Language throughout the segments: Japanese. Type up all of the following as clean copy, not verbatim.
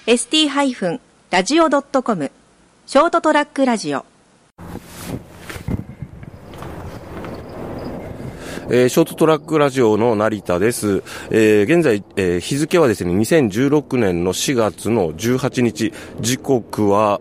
st-radio.com ショートトラックラジオ。 ショートトラックラジオの成田です。現在、日付はですね、2016年の4月の18日、時刻は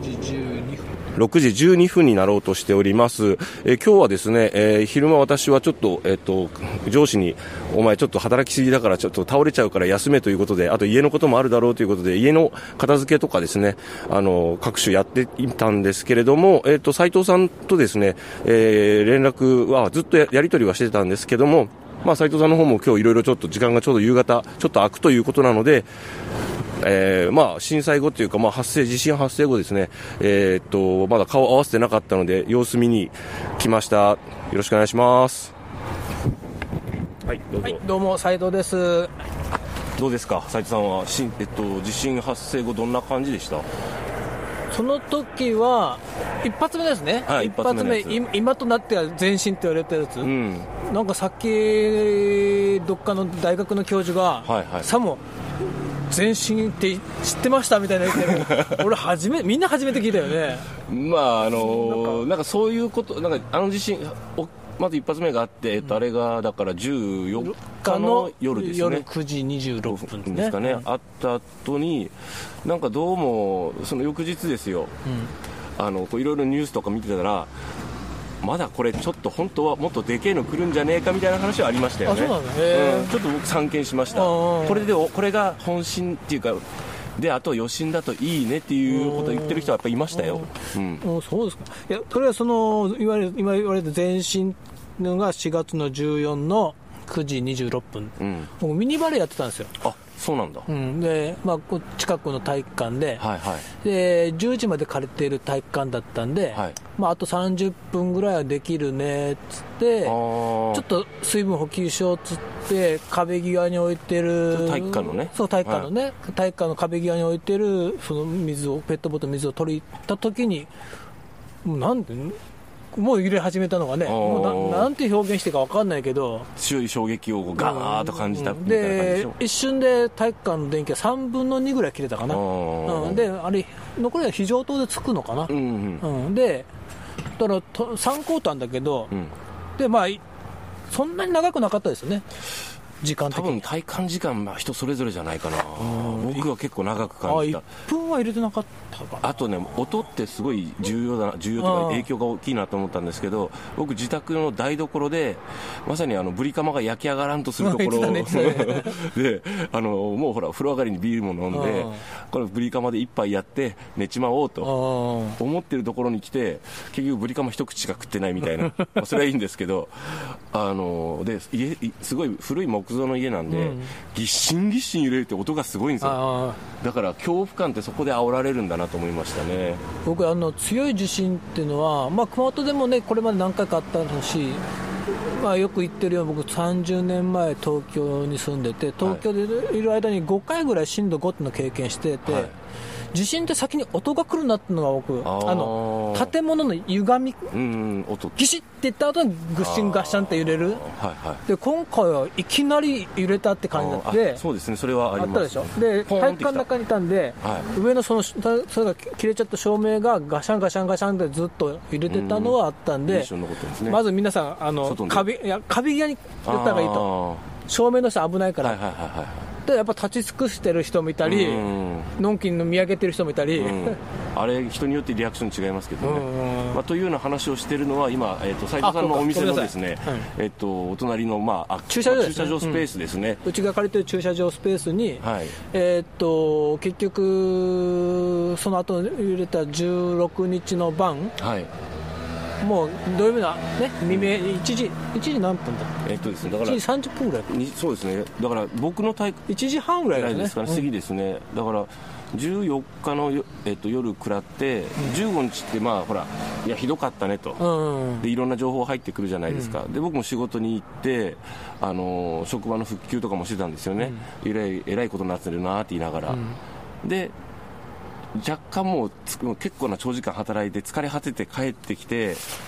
6時12分になろうとしております。今日はですね、昼間私はちょっと、上司に、お前ちょっと働きすぎだからちょっと倒れちゃうから休めということで、あと家のこともあるだろうということで、家の片付けとかですね、各種やっていたんですけれども、斉藤さんとですね、連絡はずっとやり取りはしてたんですけども、斉藤さんの方も今日いろいろちょっと時間がちょうど夕方、ちょっと空くということなので、震災後というか、地震発生後ですね、まだ顔を合わせてなかったので、様子見に来ました。よろしくお願いします。はい、どうぞ。 はい、どうも、斉藤です。 どうですか、斉藤さんは、地震発生後どんな感じでした？ その時は、一発目ですね。 はい、 一発目、今となっては前震って言われたやつ。なんかさっき、どっかの大学の教授が、さも、前震って知ってましたみたいな言ってる俺みんな初めて聞いたよね。 なんかそういうこと、なんか地震まず一発目があって、あれがだから14日の夜ですね。 夜9時26分ですかね。あった後になんかどうもその翌日ですよ。いろいろニュースとか見てたら、まだこれちょっと本当はもっとでけえの来るんじゃねえかみたいな話はありましたよね。 あ、そうなんだ。 ちょっと僕散見しました。これが本震っていうかで、あと余震だといいねっていうことを言ってる人はやっぱりいましたよ。 そうですか。いや、これは今言われた前震のが4月の14の9時26分、僕ミニバレーやってたんですよ。 あ、そうなんだ。 で、近くの体育館で、で10時まで借りている体育館だったんで、あと30分ぐらいはできるねっつって、ちょっと水分補給しようっつって壁際に置いてる体育館のね、 体育館の壁際に置いてるそのペットボトル水を取り入った時に、もう揺れ始めたのがね、もうなんて表現していいか分かんないけど、 強い衝撃をガーッと感じたみたいな感じでしょ。 で、一瞬で体育館の電気が3分の2ぐらい切れたかな。で、あれ残りは非常灯でつくのかな。で、だから3コートあるんだけど、でそんなに長くなかったですよね、時間的に。 多分体感時間は人それぞれじゃないかな。僕は結構長く感じた。 1分は入れてなかったかな。 あとね、音ってすごい重要とか影響が大きいなと思ったんですけど、僕自宅の台所でまさにブリカマが焼き上がらんとするところで、もうほら風呂上がりにビールも飲んで、これブリカマで一杯やって寝ちまおうと思ってるところに来て、結局ブリカマ一口しか食ってないみたいなそれはいいんですけど、ですごい古い木造の家なんで、ぎっしんぎっしん揺れるって音がすごいんですよ。だから恐怖感ってそこで煽られるんだなと思いましたね。 僕強い地震っていうのは、熊本でもねこれまで何回かあったし、よく言ってるように、僕30年前東京に住んでて、東京でいる間に5回ぐらい震度5っていうのを経験してて、地震って先に音が来るなっていうのが僕、建物の歪み、ギシッっていった後にグッシンガッシャンって揺れる、で今回はいきなり揺れたって感じになって、 そうですね、それはあります。 あったでしょ。で体育館の中にいたんで、上のそれが切れちゃった照明がガシャンガシャンガシャンでずっと揺れてたのはあったんで、まず皆さん壁際にやった方がいいと。照明の人危ないから、でやっぱ立ち尽くしてる人もいたり、のんきに見上げてる人もいたり、 あれ人によってリアクション違いますけどね。というような話をしているのは今、斉藤さんのお店のですね、お隣の、駐車場スペースですね。 うちが借りてる駐車場スペースに、結局その後揺れた16日の晩、もう土曜日の、未明1時何分だですね、だから 1時30分ぐらい。 そうですね。だから僕の1 時半ぐらいですかね、過ぎですね。だから14日の、夜食らって、15日ってほらひどかったねと、でいろんな情報入ってくるじゃないですか。で僕も仕事に行って、職場の復旧とかもしてたんですよね。えらいことになってるなって言いながら、で若干もう結構な長時間働いて疲れ果てて帰ってきて、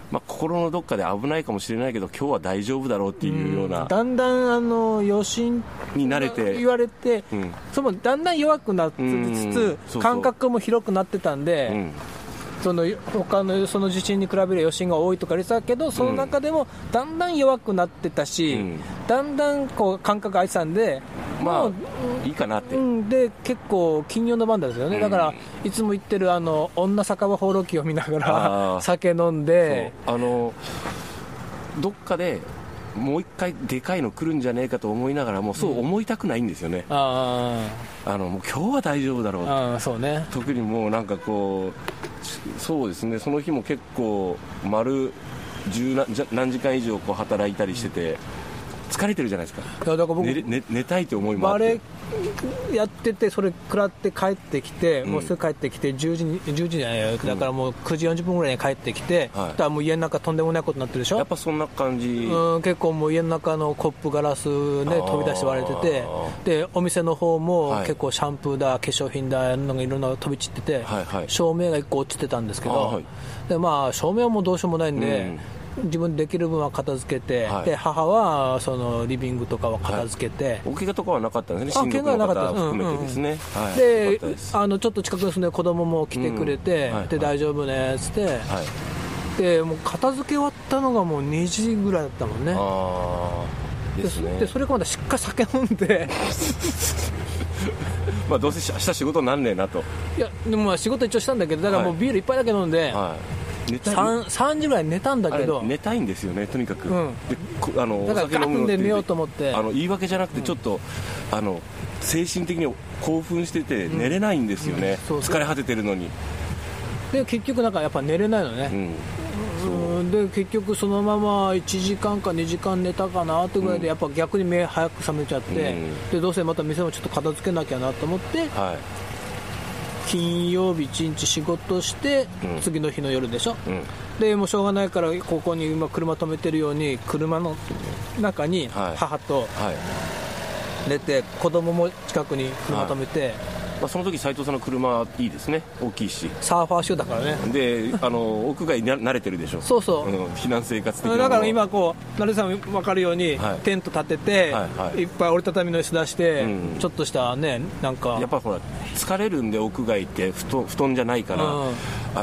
心のどっかで危ないかもしれないけど今日は大丈夫だろうっていうような、 だんだん余震に慣れて言われて、そのだんだん弱くなりつつ、間隔も広くなってたんで、その他のその地震に比べる余震が多いとか言ってたけど、その中でもだんだん弱くなってたし、だんだんこう間隔空いてたんで、 いいかなって、 で結構金曜の晩ですよね、だからいつも言ってる女酒場放浪記を見ながら酒飲んで、 どっかでもう一回でかいの来るんじゃねえかと思いながらも、そう思いたくないんですよね。もう今日は大丈夫だろう。 そうね。 特にもうなんかこう、そうですね、その日も結構丸何時間以上こう働いたりしてて疲れてるじゃないですか。 いやだから僕、 寝たいって思いもあって、 バレーやっててそれ食らって帰ってきて、もうすぐ帰ってきて10時じゃないよ、だからもう9時40分ぐらいに帰ってきて、だからもう家の中とんでもないことになってるでしょ。 やっぱそんな感じ。 結構もう家の中のコップガラスね飛び出して割れてて、でお店の方も結構シャンプーだ化粧品だなんかいろんな飛び散ってて、照明が1個落ちてたんですけど、で照明はもうどうしようもないんで、自分でできる分は片付けて、で母はそのリビングとかは片付けて、 お怪我とかはなかったんですね。親族の方含めてですね。 でちょっと近くに住んでる子供も来てくれて、で大丈夫ねっつって、でもう片付け終わったのがもう2時ぐらいだったもんね。でそれからまたしっかり酒飲んでどうせ明日仕事なんねえなと。 いやでも仕事一応したんだけど、だからもうビール1杯だけ飲んで、3時ぐらい寝たんだけど、 寝たいんですよね、とにかく。 だからガッンで寝ようと思って、 言い訳じゃなくてちょっと、精神的に興奮してて寝れないんですよね、疲れ果ててるのに。 で結局なんかやっぱ寝れないのね、で結局そのまま1時間か2時間寝たかなってぐらいで、やっぱ逆に目早く覚めちゃって、でどうせまた店もちょっと片付けなきゃなと思って、金曜日1日仕事して、次の日の夜でしょ、でもうしょうがないからここに今車止めてるように車の中に母と寝て、子供も近くに車止めて、 その時斉藤さんの車いいですね、大きいしサーファー仕様だからね。 で屋外に慣れてるでしょ。 そうそう、 避難生活的な。 だから今こう成さん分かるように、テント立てて、いっぱい折りたたみの椅子出して、ちょっとしたね、なんかやっぱほら疲れるんで、屋外って布団じゃないから、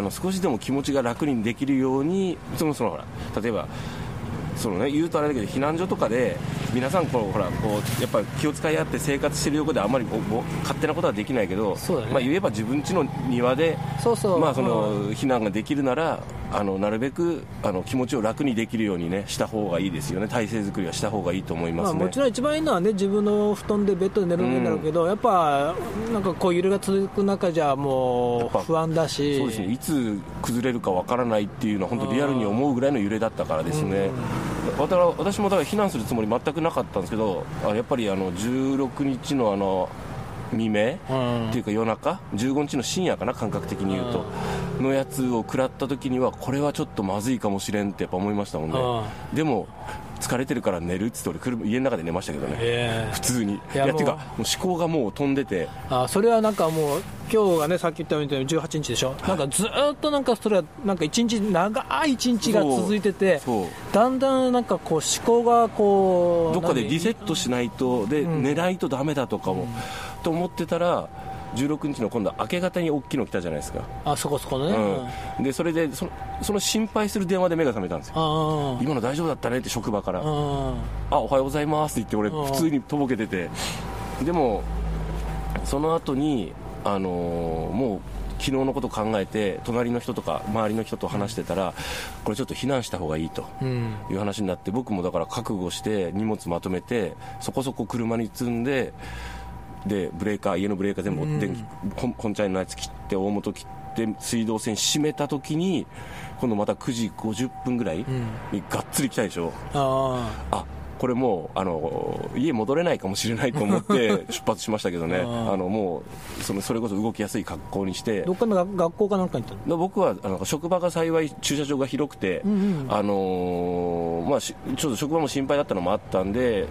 少しでも気持ちが楽にできるように、そのほら例えば言うとあれだけど、避難所とかで皆さんほらやっぱ気を使い合って生活してる横であんまり勝手なことはできないけど、言えば自分家の庭で避難ができるなら、なるべく気持ちを楽にできるようにねした方がいいですよね。体制作りはした方がいいと思いますね。 もちろん一番いいのはね、自分の布団でベッドで寝るんだろうけど、やっぱなんかこう揺れが続く中じゃもう不安だし、 そうですね、いつ崩れるかわからないっていうのは本当リアルに思うぐらいの揺れだったからですね。私もだから避難するつもり全くなかったんですけど、やっぱり16日の未明、っていうか夜中、15日の深夜かな、感覚的に言うと、のやつを食らった時には、これはちょっとまずいかもしれんってやっぱ思いましたもんね。でも疲れてるから寝るっつって俺家の中で寝ましたけどね、普通に。っていうかもう思考がもう飛んでて、 それはなんかもう今日がね、さっき言ったように18日でしょ、なんかずっとなんかそれはなんか一日長い一日が続いてて、だんだんなんかこう思考がこうどっかでリセットしないと、で寝ないとダメだとかも、と思ってたら、16日の今度は明け方に大きいの来たじゃないですか。 そこそこのね、 でそれでその心配する電話で目が覚めたんですよ。今の大丈夫だったねって職場から、おはようございますって言って、俺普通にとぼけてて、でもその後にもう昨日のことを考えて、隣の人とか周りの人と話してたら、これちょっと避難した方がいいという話になって、僕もだから覚悟して荷物まとめて、そこそこ車に積んで、で家のブレーカー全部電気、本チャイのやつ切って、大元切って水道線閉めた時に、今度また9時50分ぐらいにがっつり来たでしょ。これもう家戻れないかもしれないと思って出発しましたけどね。もうそれこそ動きやすい格好にして。 どっかの学校かなんかに行ったの？ 僕は職場が幸い駐車場が広くて、ちょっと職場も心配だったのもあったんで、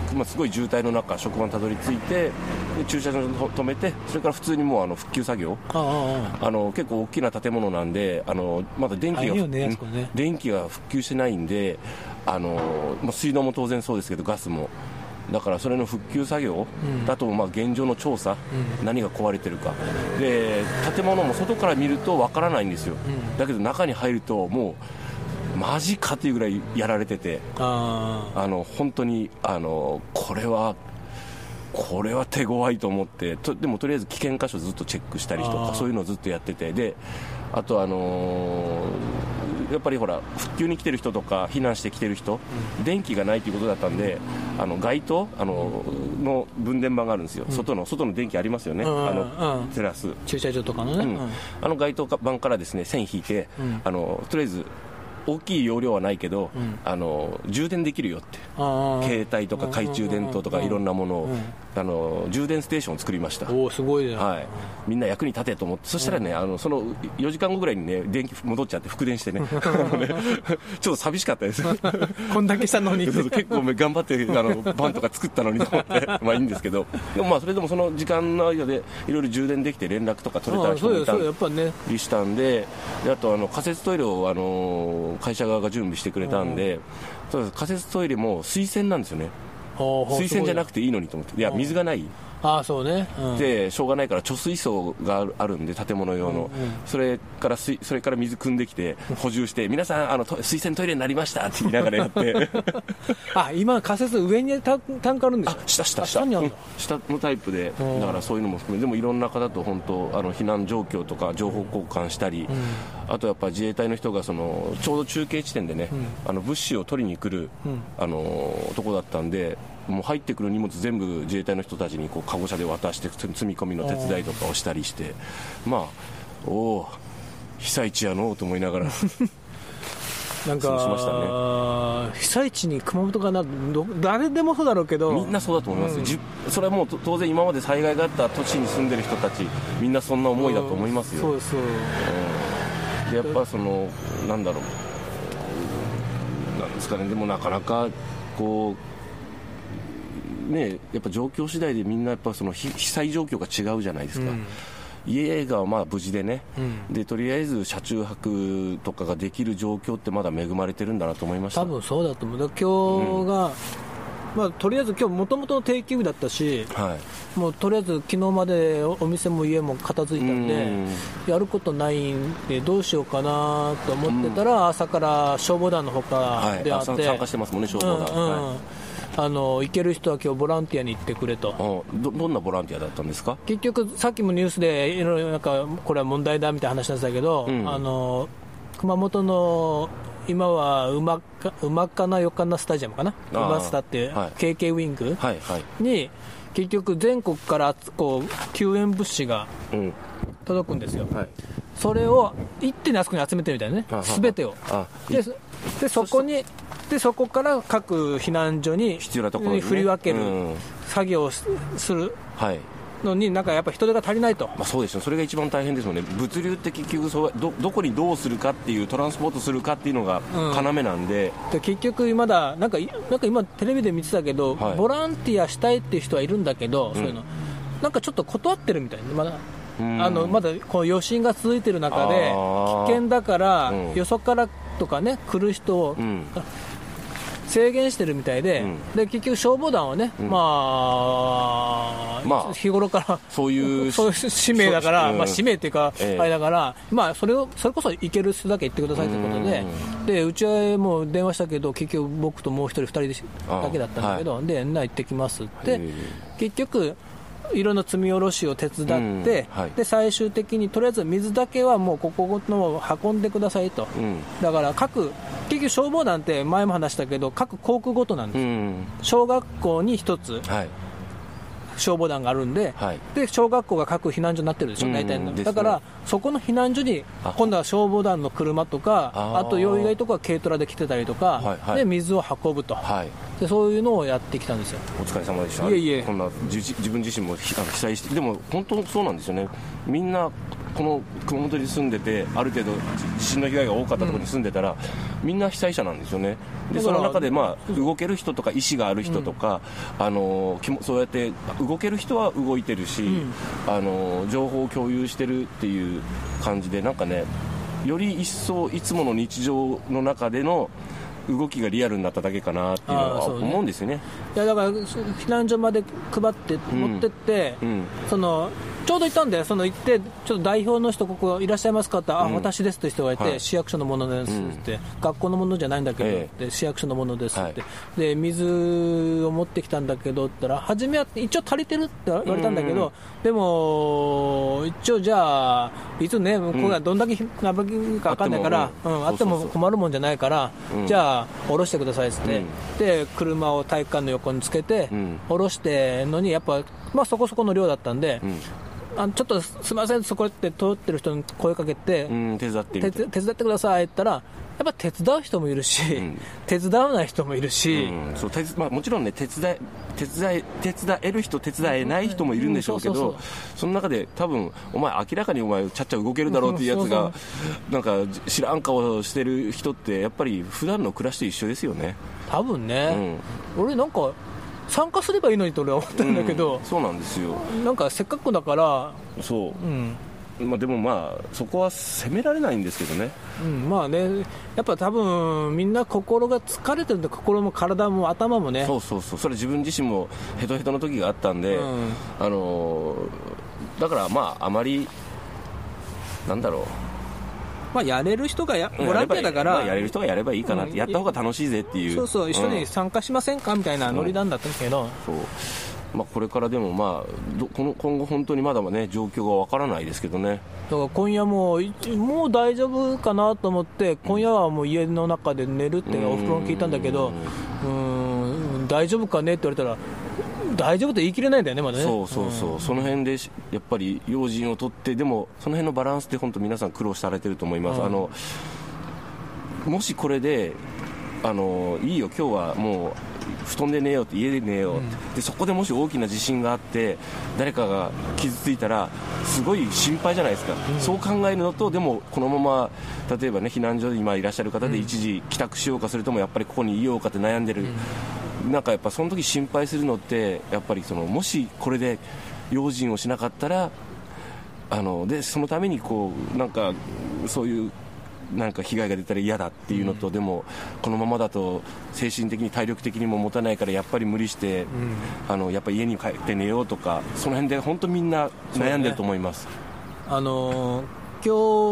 すごい渋滞の中職場にたどり着いて、で駐車場に止めて、それから普通にもう復旧作業、結構大きな建物なんで、まだ電気が復旧してないんで、水道も当然そうですけどガスも、だからそれの復旧作業、あと現状の調査、何が壊れてるかで、建物も外から見るとわからないんですよ、だけど中に入るともうマジかっていうぐらいやられてて、本当にこれは手強いと思って、でもとりあえず危険箇所ずっとチェックしたりとか、そういうのをずっとやってて、であとやっぱりほら復旧に来てる人とか避難してきてる人、電気がないということだったんで、街灯の分電盤があるんですよ、外の電気ありますよね、テラス駐車場とかのね、 街灯板からですね線引いて、とりあえず大きい容量はないけど、充電できるよって、携帯とか懐中電灯とかいろんなものを、充電ステーションを作りました。 すごいね、 みんな役に立てと思って、そしたらね、その4時間後ぐらいにね電気戻っちゃって復電してねちょっと寂しかったですこんだけしたのに結構頑張ってバンとか作ったのにと思ってまあいいんですけど、でもそれでもその時間の間でいろいろ充電できて連絡とか取れた人もいたりしたんで、あと仮設トイレを会社側が準備してくれたんで、仮設トイレも水洗なんですよね。水洗じゃなくていいのにと思って、いや水がない、 そうね、 でしょうがないから貯水槽があるんで建物用の、それから水汲んできて補充して、皆さん水洗トイレになりましたって言いながらやって今仮設上にタンクあるんでしょ。 下にあるんだ。下のタイプで、だからそういうのも含め、でもいろんな方と本当避難状況とか情報交換したり、あとやっぱ自衛隊の人がちょうど中継地点でね、物資を取りに来る、とこだったんで、もう入ってくる荷物全部自衛隊の人たちにカゴ車で渡して積み込みの手伝いとかをしたりして、被災地やのうと思いながらなんか被災地に熊本が誰でもそうだろうけど、みんなそうだと思います、それはもう当然今まで災害があった都市に住んでる人たちみんなそんな思いだと思いますよ。でやっぱなんだろうなんですかね、でもなかなかやっぱ状況次第でみんなやっぱ被災状況が違うじゃないですか、家が無事でね、でとりあえず車中泊とかができる状況ってまだ恵まれてるんだなと思いました。 多分そうだと思う。今日が、とりあえず今日もともとの定休日だったし、もうとりあえず昨日までお店も家も片付いたんで、やることないんでどうしようかなと思ってたら、朝から消防団のほかであって、 参加してますもんね、消防団。 行ける人は今日ボランティアに行ってくれと。 どんなボランティアだったんですか？ 結局さっきもニュースでいろいろこれは問題だみたいな話なんですけど、熊本の今は馬かなよかなスタジアムかな、馬スタっていう KK ウィングに結局全国から救援物資が届くんですよ、それを一手にあそこに集めてるみたいなね、全てを。でそこから各避難所に振り分ける作業をするのに、なんかやっぱ人手が足りないと。 そうですよ、それが一番大変ですよね。物流って結局どこにどうするかっていう、トランスポートするかっていうのが要なんで、 結局まだなんか今テレビで見てたけど、ボランティアしたいっていう人はいるんだけど、そういうのなんかちょっと断ってるみたいな、まだこの余震が続いてる中で危険だから、よそからとかね来る人を、制限してるみたいで、で結局消防団はね、日頃からそういう使命だから、使命っていうか、あれだから、それこそ行ける人だけ行ってくださいということで、うちはもう電話したけど、結局僕ともう一人2人だけだったんだけど、で行ってきますって、結局いろんな積み下ろしを手伝って、で最終的にとりあえず水だけはもうここの運んでくださいと、だから結局消防団って前も話したけど各校区ごとなんです、小学校に一つ、消防団があるんで、で小学校が各避難所になってるでしょ、大体の、だからそこの避難所に今度は消防団の車とか、あと用意外とか軽トラで来てたりとか、で水を運ぶと、でそういうのをやってきたんですよ。 お疲れ様でした。こんな自分自身も被災して、でも本当そうなんですよね。みんなこの熊本に住んでてある程度地震の被害が多かったところに住んでたら、みんな被災者なんですよね。でその中で、動ける人とか意思がある人とか、そうやって動ける人は動いてるし、情報を共有してるっていう感じで、なんかね、より一層いつもの日常の中での動きがリアルになっただけかなっていうのは思うんですよね。 いやだから避難所まで配って持ってって、ちょうど行ったんで、行ってちょっと代表の人ここいらっしゃいますかって、私ですという人がいて、市役所のものですって、学校のものじゃないんだけどって、市役所のものですって、で水を持ってきたんだけどって言ったら、初めは一応足りてるって言われたんだけど、でも一応じゃあいつね、ここがどんだけなばきか分かんないから、あっても困るもんじゃないから、じゃあ降ろしてくださいって言って、で車を体育館の横につけて降ろしてのに、やっぱそこそこの量だったんで、ちょっとすみません、そこで通ってる人に声かけて、 手伝ってくださいって言ったら、やっぱ手伝う人もいるし、手伝わない人もいるし、 もちろんね、手伝える人、手伝えない人もいるんでしょうけど、その中で多分明らかにお前ちゃっちゃ動けるだろうっていうやつが、なんか知らん顔してる人って、やっぱり普段の暮らしと一緒ですよね。 多分ね、俺なんか参加すればいいのにと俺は思ってるんだけど、 そうなんですよ。 なんかせっかくだから、 そう、でもそこは責められないんですけどね。 やっぱ多分みんな心が疲れてるんで、心も体も頭もね。 それ自分自身もヘトヘトの時があったんで、だからあまりなんだろう、 やれる人がボランティアだから、 やれる人がやればいいかなって、やった方が楽しいぜっていう、 一緒に参加しませんかみたいなノリなんだったけど、 これからでも今後本当にまだね状況がわからないですけどね。 だから今夜もう大丈夫かなと思って、今夜はもう家の中で寝るっておふくろに聞いたんだけど、大丈夫かねって言われたら、大丈夫と言い切れないんだよね、まだね。 その辺でやっぱり用心を取って、でもその辺のバランスって本当皆さん苦労されてると思います。もしこれでいいよ、今日はもう布団で寝ようって、家で寝よう、でそこでもし大きな地震があって誰かが傷ついたらすごい心配じゃないですか、そう考えるのと、でもこのまま例えばね、避難所に今いらっしゃる方で一時帰宅しようか、それともやっぱりここにいようかって悩んでる、なんかやっぱその時心配するのって、やっぱりもしこれで用心をしなかったらでそのためになんかそういうなんか被害が出たら嫌だっていうのと、でもこのままだと精神的に体力的にも持たないから、やっぱり無理して、やっぱり家に帰って寝ようとか、その辺で本当みんな悩んでると思います。 今日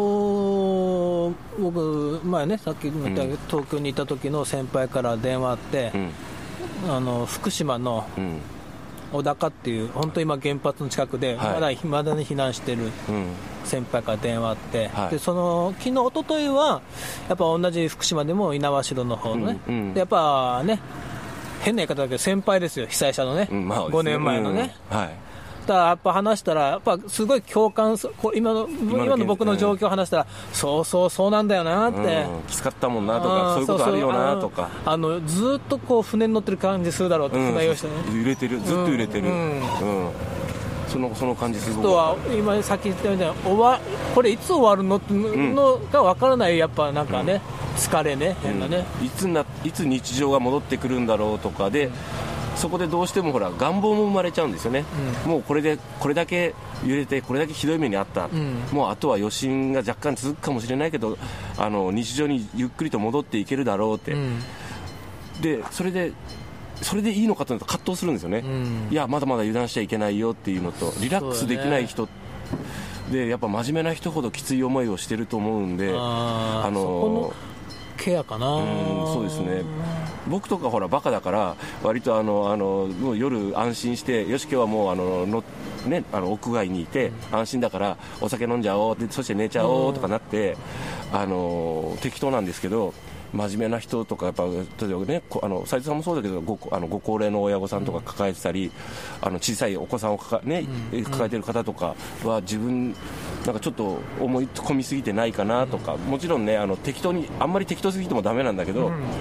僕前ね、さっき言った東京にいた時の先輩から電話あって、福島の小高っていう、本当今原発の近くでまだに避難してる先輩から電話あって、で昨日一昨日はやっぱ同じ福島でも猪苗代の方のね、でやっぱね、変な言い方だけど先輩ですよ、被災者のね、5年前のね、だからやっぱ話したら、やっぱすごい共感、今の僕の状況を話したら、そうなんだよなって、 きつかったもんなとか、そういうことあるよなとか、 ずっと船に乗ってる感じするだろうって船用意してね、 揺れてる、ずっと揺れてる、その感じすごい。 あとは今さっき言ったみたいに、これいつ終わるのってのが分からない、やっぱなんかね、疲れね、変なね、 いつ日常が戻ってくるんだろうとかで、そこでどうしても願望も生まれちゃうんですよね、もうこれだけ揺れて、これだけひどい目にあった、もうあとは余震が若干続くかもしれないけど、日常にゆっくりと戻っていけるだろうって、でそれでいいのかというと葛藤するんですよね、いやまだまだ油断しちゃいけないよっていうのと、リラックスできない人で、やっぱ真面目な人ほどきつい思いをしてると思うんで、そこのケアかな。 そうですね、僕とかバカだから割ともう夜安心して、よし今日はもう屋外にいて安心だからお酒飲んじゃおうで、そして寝ちゃおうとかなって、適当なんですけど、真面目な人とかやっぱ例えばね、斉藤さんもそうだけど、ご高齢の親御さんとか抱えてたり、小さいお子さんを抱えてる方とかは、自分なんかちょっと思い込みすぎてないかなとか、もちろんね、あんまり適当すぎてもダメなんだけど、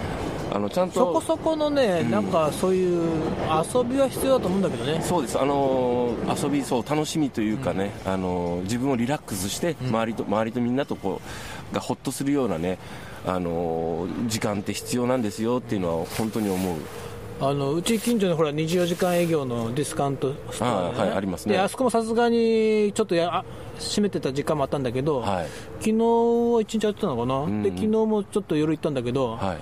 ちゃんとそこそこのね、なんかそういう遊びは必要だと思うんだけどね。 そうです、遊び、そう楽しみというかね、自分をリラックスして、周りとみんなとこうがほっとするようなね、時間って必要なんですよっていうのは本当に思う。 うち近所にほら24時間営業のディスカウントストア、ね、 はい、ありますね。 であそこもさすがにちょっと閉めてた時間もあったんだけど、 はい、 昨日は1日やってたのかな、で昨日もちょっと夜行ったんだけど、 はい、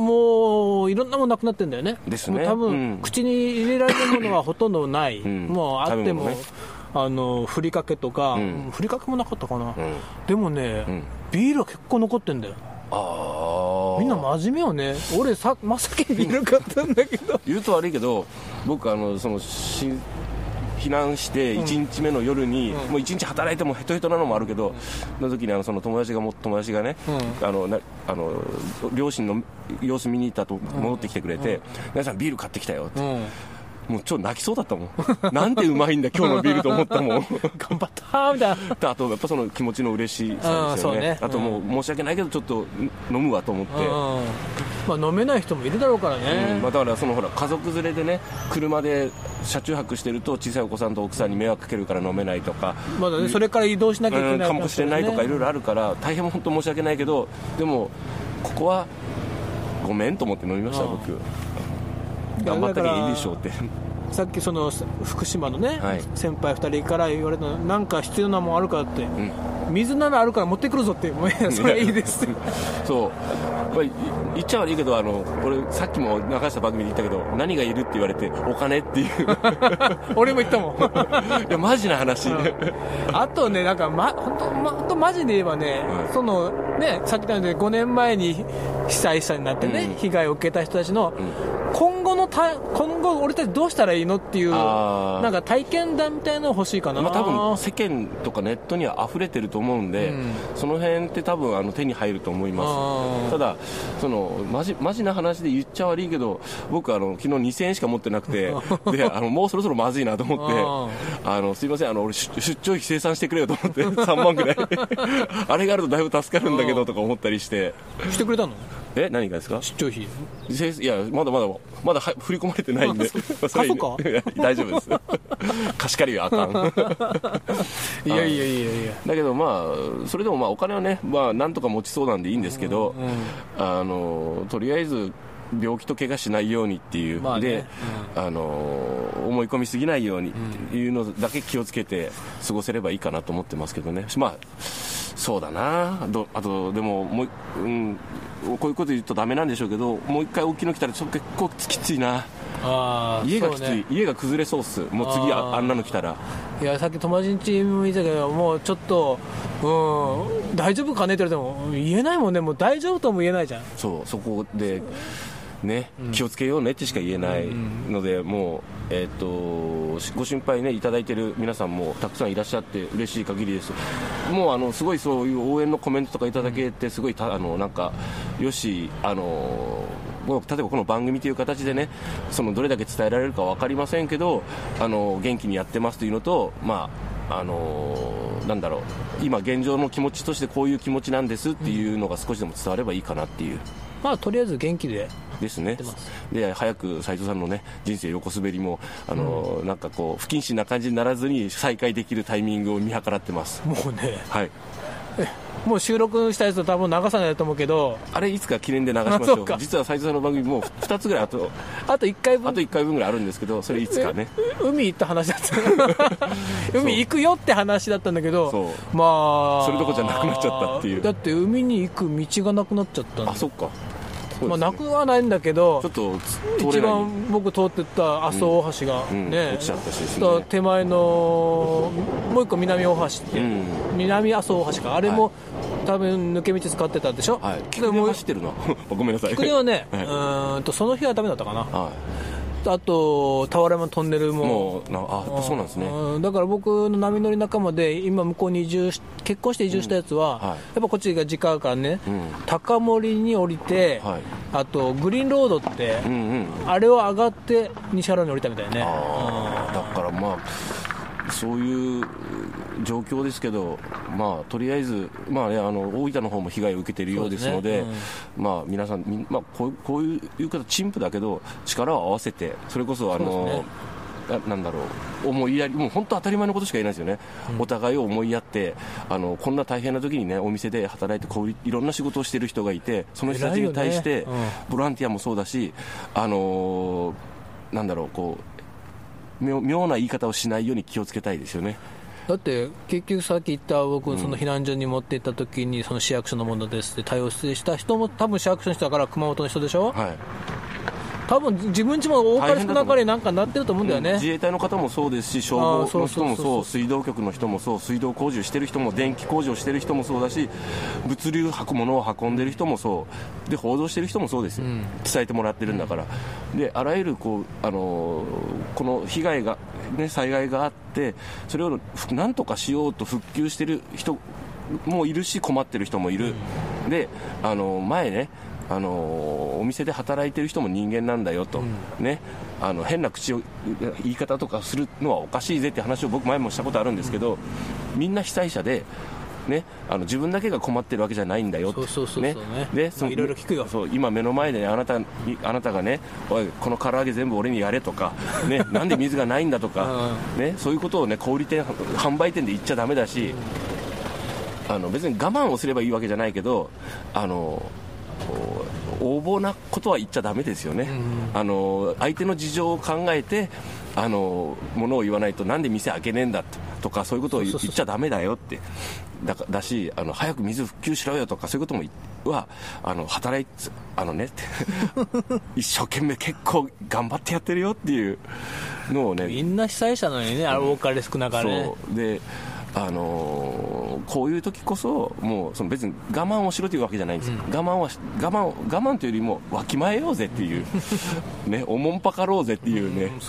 もういろんなものなくなってんだよね。 ですね。 もう多分、口に入れられるものはほとんどない、もうあっても、ふりかけとか、ふりかけもなかったかな、でもね、ビールは結構残ってんだよ。みんな真面目よね。俺真っ先にビール買ったんだけど言うと悪いけど、僕避難して1日目の夜に、もう1日働いてもヘトヘトなのもあるけど、の時にその友達がね、両親の様子見に行ったと戻ってきてくれて、皆さんビール買ってきたよって、もうちょっと泣きそうだったもんなんてうまいんだ今日のビールと思ったもん頑張ったみたいな。 あとやっぱその気持ちの嬉しさですよね。あともう申し訳ないけどちょっと飲むわと思って、 飲めない人もいるだろうからね。 だからほら家族連れでね、車で車中泊してると小さいお子さんと奥さんに迷惑かけるから飲めないとか、 まだね、それから移動しなきゃいけないかもしれないとかいろいろあるから、大変本当申し訳ないけど、でもここはごめんと思って飲みました。僕頑張ったらいいでしょうってさっきその福島のね、先輩2人から言われたの、なんか必要なもんあるかって、水ならあるから持ってくるぞって、もうそれはいいですそうやっぱり言っちゃ悪いけど、俺さっきも流した番組で言ったけど、何がいるって言われてお金っていう俺も言ったもんいやマジな話、 あとね、なんか本当マジで言えばね、そのね、さっき言ったように5年前に被災者になってね、被害を受けた人たちの、今後俺たちどうしたらいいのっていう、なんか体験談みたいなの欲しいかな。 多分世間とかネットには溢れてると思うんで、その辺って多分手に入ると思います。ただマジな話で言っちゃ悪いけど、僕昨日2000円しか持ってなくてでもうそろそろまずいなと思ってすいません俺出張費精算してくれよと思って3万ぐらいあれがあるとだいぶ助かるんだけどとか思ったりしてくれたの？ 何がですか？出張費。 いやまだ振り込まれてないんでそうか大丈夫です貸し借りはあかんいやだけどそれでもお金はねなんとか持ちそうなんでいいんですけど、とりあえず病気と怪我しないようにっていう、で、思い込みすぎないようにっていうのだけ気をつけて過ごせればいいかなと思ってますけどね。そうだなあとでもこういうこと言うとダメなんでしょうけど、もう一回大きいの来たらちょっと結構きついな。家がきつい、家が崩れそうっす。もう次あんなの来たら。いやさっき友達ん家も言ったけど、もうちょっと大丈夫かねって言われても言えないもんね。もう大丈夫とも言えないじゃん。 そこでね、気をつけようねってしか言えないので、もう、ご心配ねいただいている皆さんもたくさんいらっしゃって嬉しい限りです。もうすごいそういう応援のコメントとかいただけて、すごいなんかよし、例えばこの番組という形でね、どれだけ伝えられるか分かりませんけど、元気にやってますというのと、なんだろう、今現状の気持ちとしてこういう気持ちなんですっていうのが少しでも伝わればいいかなっていう。 とりあえず元気でですね。で早く斉藤さんのね人生横滑りもなんかこう不謹慎な感じにならずに再開できるタイミングを見計らってます。 もうね、 はい、 もう収録したやつ多分流さないと思うけど、 あれいつか記念で流しましょう。実は斉藤さんの番組もう2つぐらいあと 1回分ぐらいあるんですけど、それいつかね海行った話だった海行くよって話だったんだけど、 それどころじゃなくなっちゃったっていう。 だって海に行く道がなくなっちゃったんだ。 そっか。 なくはないんだけど、 ちょっと一番僕通ってった阿蘇大橋がね、 落ちちゃったし、 手前のもう一個南大橋って、南阿蘇大橋か、あれも多分抜け道使ってたでしょ。 菊で走ってるなごめんなさい。 菊ではね、その日はダメだったかな。あと俵山トンネルもそうなんですね。 だから僕の波乗り仲間で今向こうに結婚して移住したやつは、やっぱこっちが実家からね、高森に降りて、あとグリーンロードって、あれを上がって西原に降りたみたいね。 だからそういう状況ですけど、まあ、とりあえず、まあね、大分の方も被害を受けているようですので、まあ、皆さん、まあ、こういう方、陳腐だけど力を合わせて、それこそなんだろう、思いやり、もう本当当たり前のことしか言えないですよね、お互いを思いやって、こんな大変な時にね、お店で働いていろんな仕事をしている人がいて、その人たちに対して、ボランティアもそうだし、なんだろう、こう妙な言い方をしないように気をつけたいですよね。 だって結局さっき言った僕その避難所に持って行った時にその市役所のものですって対応した人も多分市役所の人だから熊本の人でしょ、はい、多分自分家も多かれ少なかれなんかなってると思うんだよね、 自衛隊の方もそうですし、消防の人もそう、水道局の人もそう、水道工事をしてる人も、電気工事をしてる人もそうだし、物流物を運んでる人もそうで、報道してる人もそうですよ、伝えてもらってるんだから、であらゆるこの被害が、ね、災害があって、それをなんとかしようと復旧してる人もいるし、困ってる人もいる、で前ね、お店で働いてる人も人間なんだよと、ね、変な言い方とかするのはおかしいぜって話を僕前もしたことあるんですけど、みんな被災者で、ね、自分だけが困ってるわけじゃないんだよって、でいろいろ聞くよ、今目の前で、ね、あなたがね、おいこの唐揚げ全部俺にやれとか、ね、なんで水がないんだとか、ね、そういうことをね、小売店販売店で言っちゃダメだし、別に我慢をすればいいわけじゃないけど、横暴なことは言っちゃダメですよね、相手の事情を考えてものを言わないと、なんで店開けねえんだとか、そういうことを言っちゃダメだよってだし、早く水復旧しろよとか、そういうことも働いて一生懸命結構頑張ってやってるよっていうのをね、みんな被災者なのにね、多かれ少なかれ、 そうでこういう時こそもう別に我慢をしろというわけじゃないんですよ、我慢というよりもわきまえようぜっていうね、おもんぱかろうぜっていうね、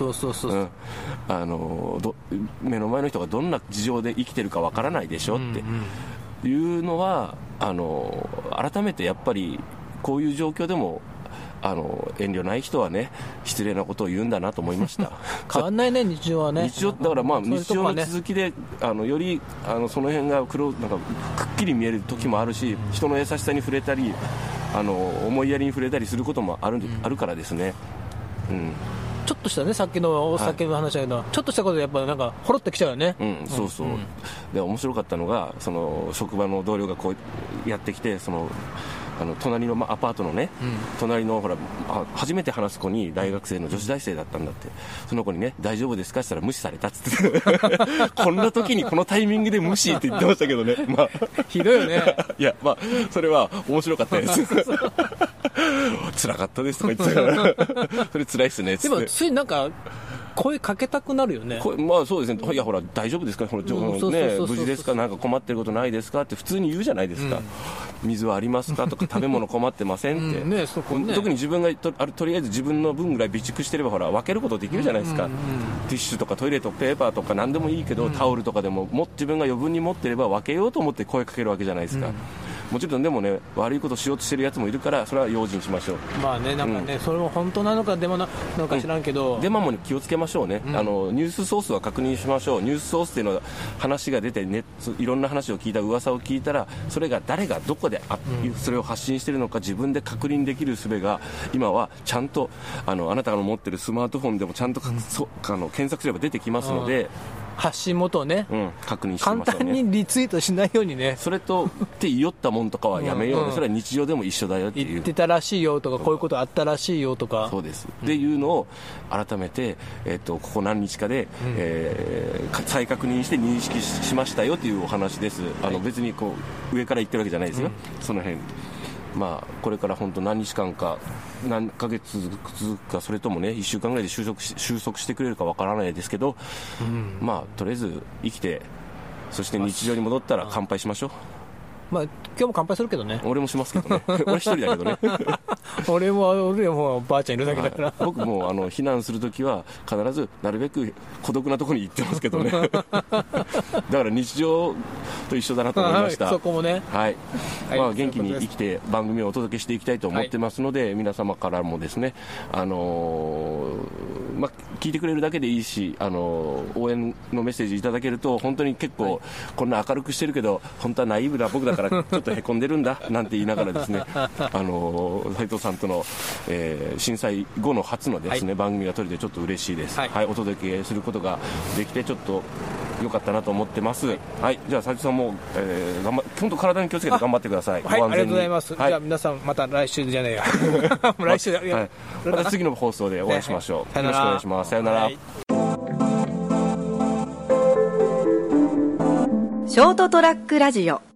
目の前の人がどんな事情で生きてるかわからないでしょっていうのは、改めてやっぱりこういう状況でも遠慮ない人はね、失礼なことを言うんだなと思いました変わんないね、日常はね。 日常だから、まあ日常の続きでよりその辺がなんかくっきり見える時もあるし、人の優しさに触れたり思いやりに触れたりすることもあるからですね、 ちょっとしたね、さっきのお酒の話だけど、ちょっとしたことでやっぱなんかほろってきちゃうよね、 そうそう、で面白かったのが、その職場の同僚がこうやってきて、隣のアパートのね、隣のほら初めて話す子に大学生の女子大生だったんだって、その子にね、大丈夫ですかって言ったら無視されたっつってこんな時にこのタイミングで無視って言ってましたけどね、まあひどいよねいや、まあそれは面白かったです辛かったですとか言ってそれ辛いっすねっつって。 でもついなんか声かけたくなるよね。 まあそうですね、いやほら大丈夫ですか、無事ですか、なんか困ってることないですかって普通に言うじゃないですか、水はありますかとか、食べ物困ってませんって、特に自分がとりあえず自分の分ぐらい備蓄してればほら分けることできるじゃないですか、ティッシュとかトイレットペーパーとか何でもいいけど、タオルとかでも自分が余分に持ってれば分けようと思って声かけるわけじゃないですか、もちろんでもね、悪いことしようとしてるやつもいるから、それは用心しましょう。 まあね、なんかね、それも本当なのかデマなのか知らんけど、 デマも気をつけましょうね、ニュースソースは確認しましょう。ニュースソースっていうのは話が出て、いろんな話を聞いた、噂を聞いたら、それが誰がどこでそれを発信しているのか自分で確認できる術が今はちゃんとあなたが持っているスマートフォンでもちゃんと検索すれば出てきますので、 発信元をね、 確認してますよね。 簡単にリツイートしないようにね。 それとって言い寄ったもんとかはやめようね、それは日常でも一緒だよっていう。 言ってたらしいよとか、こういうことあったらしいよとか。 そうです。っていうのを改めて、ここ何日かで、再確認して認識しましたよというお話です。別にこう上から言ってるわけじゃないですよ、その辺。まあ、これから本当何日間か何ヶ月続くか、それともね1週間ぐらいで収束してくれるかわからないですけど、まあとりあえず生きて、そして日常に戻ったら乾杯しましょう。 まあ今日も乾杯するけどね。 俺もしますけどね俺一人だけどね俺もばあちゃんいるだけだから、 僕も避難するときは必ずなるべく孤独なところに行ってますけどねだから日常と一緒だなと思いました。 そこもね、 はい、 はい、 まあ、元気に生きて番組をお届けしていきたいと思ってますので、はい、皆様からもですね、まあ、聞いてくれるだけでいいし、応援のメッセージいただけると本当に結構、はい、こんな明るくしてるけど本当はナイーブな僕だからちょっとへこんでるんだなんて言いながらですね斉藤さんとの、震災後の初のですね、はい、番組が撮れてちょっと嬉しいです、はいはい、お届けすることができてちょっと良かったなと思ってます。はい、はい、じゃあ斉藤さんも、本当体に気をつけて頑張ってください。 はい、ありがとうございます、はい、じゃあ皆さんまた来週じゃねえや来週、はい、 また次の放送でお会いしましょう、よろしくお願いします。さよなら、はい、 ショートトラックラジオ